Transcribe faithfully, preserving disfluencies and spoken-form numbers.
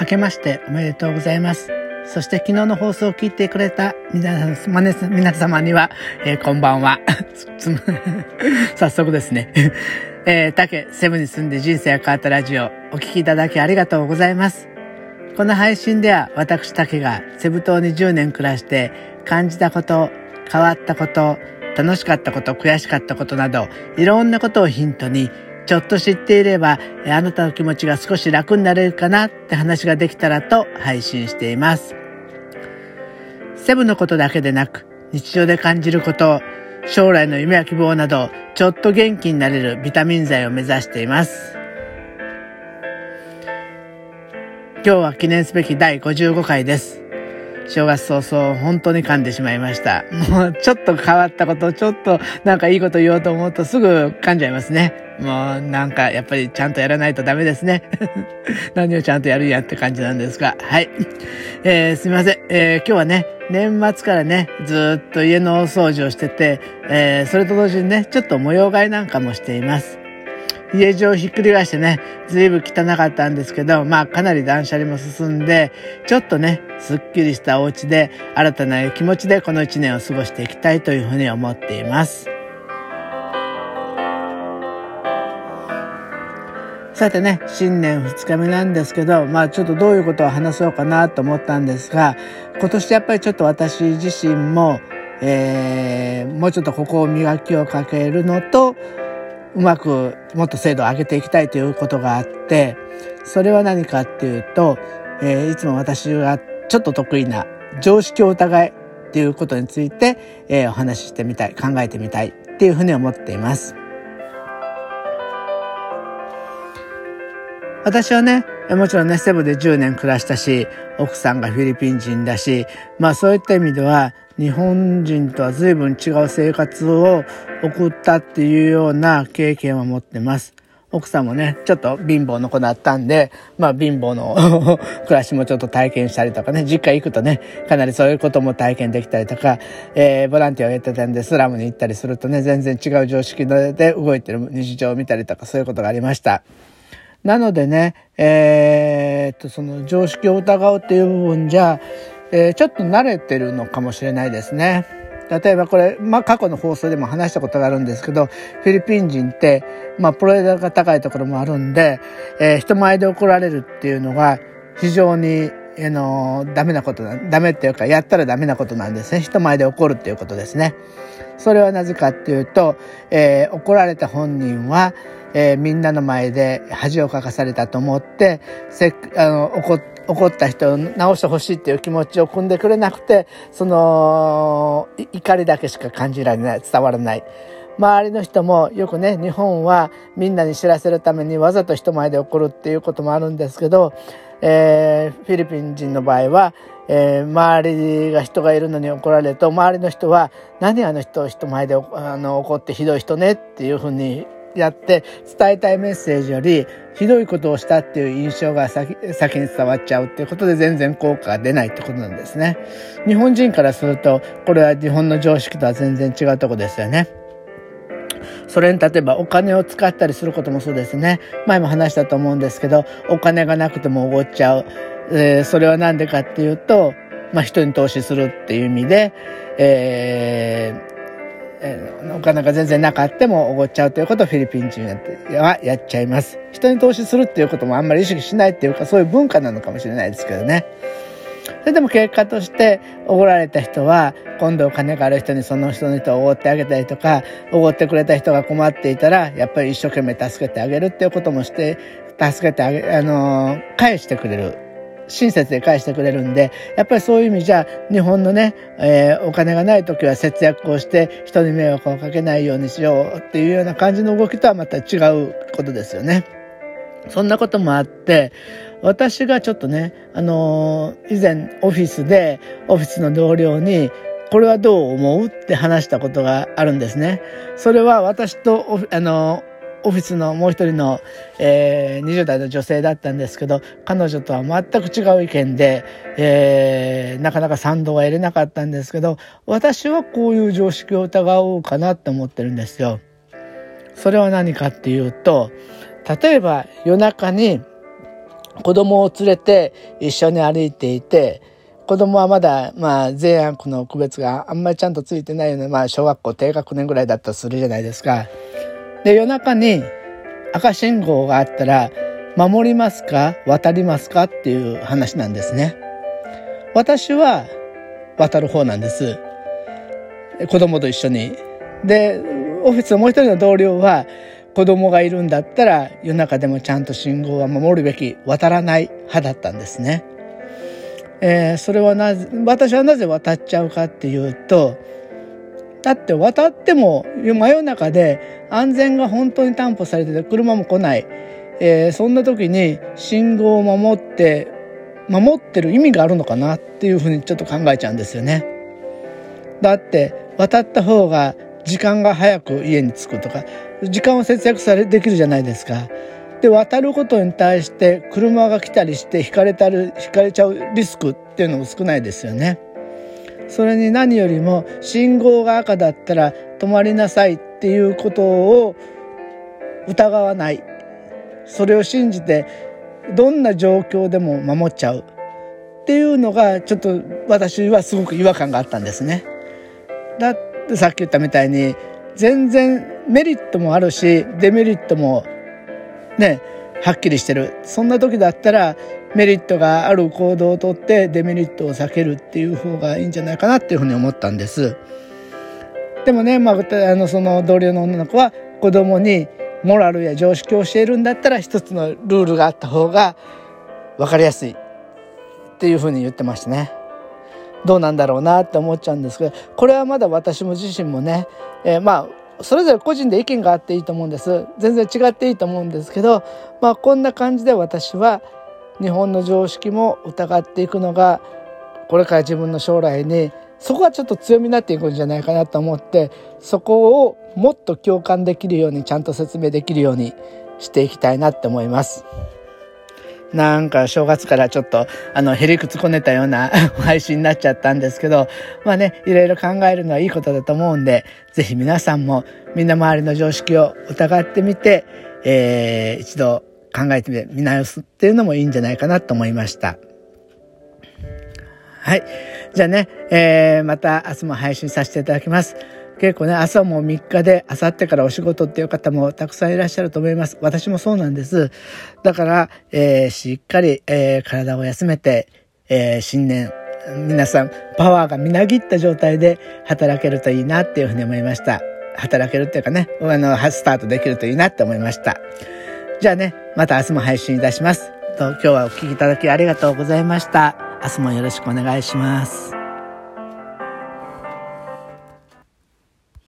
明けましておめでとうございます。そして昨日の放送を聞いてくれた皆様、皆様には、えー、こんばんは。早速ですね。えー、竹セブンに住んで人生が変わったラジオ、お聞きいただきありがとうございます。この配信では私竹がセブ島にじゅうねん暮らして感じたこと、変わったこと、楽しかったこと、悔しかったことなど、いろんなことをヒントに、ちょっと知っていれば、あなたの気持ちが少し楽になれるかなって話ができたらと配信しています。セブのことだけでなく、日常で感じること、将来の夢や希望など、ちょっと元気になれるビタミン剤を目指しています。今日は記念すべきだいごじゅうごかいです。正月早々本当に噛んでしまいました。もうちょっと変わったこと、ちょっとなんかいいこと言おうと思うとすぐ噛んじゃいますね。もうなんかやっぱりちゃんとやらないとダメですね。何をちゃんとやるんやって感じなんですが。はい。えー、すみません。えー、今日はね、年末からね、ずっと家のお掃除をしてて、えー、それと同時にね、ちょっと模様替えなんかもしています。家中ひっくり返してね、ずいぶん汚かったんですけど、まあかなり断捨離も進んで、ちょっとね、すっきりしたお家で、新たな気持ちでこの一年を過ごしていきたいというふうに思っています。さてね、新年ふつかめなんですけど、まあちょっとどういうことを話そうかなと思ったんですが、今年やっぱりちょっと私自身も、えー、もうちょっとここを磨きをかけるのと、うまくもっと精度を上げていきたいということがあって、それは何かっていうと、えー、いつも私がちょっと得意な常識を疑いっていうことについて、えー、お話ししてみたい、考えてみたいっていうふうに思っています。私はね、もちろんね、セブでじゅうねん暮らしたし、奥さんがフィリピン人だし、まあそういった意味では、日本人とは随分違う生活を送ったっていうような経験を持ってます。奥さんもね、ちょっと貧乏の子だったんで、まあ貧乏の暮らしもちょっと体験したりとかね、実家行くとね、かなりそういうことも体験できたりとか、えー、ボランティアをやってたんでスラムに行ったりするとね、全然違う常識で動いてる日常を見たりとか、そういうことがありました。なのでね、えー、っと、その常識を疑うっていう部分じゃ、えー、ちょっと慣れてるのかもしれないですね。例えばこれ、まあ、過去の放送でも話したことがあるんですけど、フィリピン人って、まあ、プライドが高いところもあるんで、えー、人前で怒られるっていうのが非常に、あのー、ダメなことな、ダメっていうか、やったらダメなことなんですね。人前で怒るっていうことですね。それはなぜかっていうと、えー、怒られた本人は、えー、みんなの前で恥をかかされたと思って、せあの怒、怒った人を直してほしいっていう気持ちを汲んでくれなくて、その怒りだけしか感じられない、伝わらない。周りの人もよくね、日本はみんなに知らせるためにわざと人前で怒るっていうこともあるんですけど、えー、フィリピン人の場合は、えー、周りが人がいるのに怒られると、周りの人は何あの人人前であの怒ってひどい人ねっていうふうにやって伝えたいメッセージよりひどいことをしたっていう印象が先、先に伝わっちゃうっていうことで全然効果が出ないってことなんですね。日本人からするとこれは日本の常識とは全然違うところですよね。それに例えばお金を使ったりすることもそうですね。前も話したと思うんですけど、お金がなくてもおごっちゃう。えー、それはなんでかっていうと、まあ人に投資するっていう意味で、えーお金が全然なかったもおごっちゃうということをフィリピン人はやっちゃいます。人に投資するっていうこともあんまり意識しないっていうか、そういう文化なのかもしれないですけどね。それでも結果としておごられた人は今度お金がある人にその人の人をおごってあげたりとか、おごってくれた人が困っていたらやっぱり一生懸命助けてあげるっていうこともして、助けてあげ、あの返してくれる。親切で返してくれるんで、やっぱりそういう意味じゃ日本のね、えー、お金がない時は節約をして人に迷惑をかけないようにしようっていうような感じの動きとはまた違うことですよね。そんなこともあって、私がちょっとね、あのー、以前オフィスでオフィスの同僚にこれはどう思うって話したことがあるんですね。それは私とあのーオフィスのもう一人の、えー、にじゅう代の女性だったんですけど、彼女とは全く違う意見で、えー、なかなか賛同は得れなかったんですけど、私はこういう常識を疑おうかなと思ってるんですよ。それは何かっていうと、例えば夜中に子供を連れて一緒に歩いていて、子供はまだまあ善悪の区別があんまりちゃんとついてないような、まあ小学校低学年ぐらいだったらするじゃないですか。で、夜中に赤信号があったら守りますか渡りますかっていう話なんですね。私は渡る方なんです。子供と一緒に。で、オフィスのもう一人の同僚は子供がいるんだったら夜中でもちゃんと信号は守るべき、渡らない派だったんですね。えー、それはなぜ、私はなぜ渡っちゃうかっていうと、だって渡っても真夜中で安全が本当に担保されてて車も来ない、えー、そんな時に信号を守って守ってる意味があるのかなっていうふうにちょっと考えちゃうんですよね。だって渡った方が時間が早く家に着くとか、時間を節約されできるじゃないですか。で、渡ることに対して車が来たりして引かれたり引かれちゃうリスクっていうのも少ないですよね。それに何よりも信号が赤だったら止まりなさいっていうことを疑わない、それを信じてどんな状況でも守っちゃうっていうのがちょっと私はすごく違和感があったんですね。だってさっき言ったみたいに全然メリットもあるしデメリットもねはっきりしてる。そんな時だったらメリットがある行動をとってデメリットを避けるっていう方がいいんじゃないかなっていうふうに思ったんです。でもね、まあ、あのその同僚の女の子は子供にモラルや常識を教えるんだったら一つのルールがあった方が分かりやすいっていうふうに言ってましたね。どうなんだろうなって思っちゃうんですけど、これはまだ私も自身もね、えー、まあそれぞれ個人で意見があっていいと思うんです。全然違っていいと思うんですけど、まあこんな感じで私は日本の常識も疑っていくのがこれから自分の将来にそこがちょっと強みになっていくんじゃないかなと思って、そこをもっと共感できるようにちゃんと説明できるようにしていきたいなって思います。なんか正月からちょっとあのへりくつこねたような配信になっちゃったんですけど、まあね、いろいろ考えるのはいいことだと思うんで、ぜひ皆さんもみんな周りの常識を疑ってみて、えー、一度考えてみて見直すっていうのもいいんじゃないかなと思いました。はい。じゃあね、えー、また明日も配信させていただきます。結構ね、明日はもうみっかで、明後日からお仕事っていう方もたくさんいらっしゃると思います。私もそうなんです。だから、えー、しっかり、えー、体を休めて、えー、新年、皆さんパワーがみなぎった状態で働けるといいなっていうふうに思いました。働けるっていうかね、あの、スタートできるといいなって思いました。じゃあね、また明日も配信いたします。と今日はお聞きいただきありがとうございました。明日もよろしくお願いします。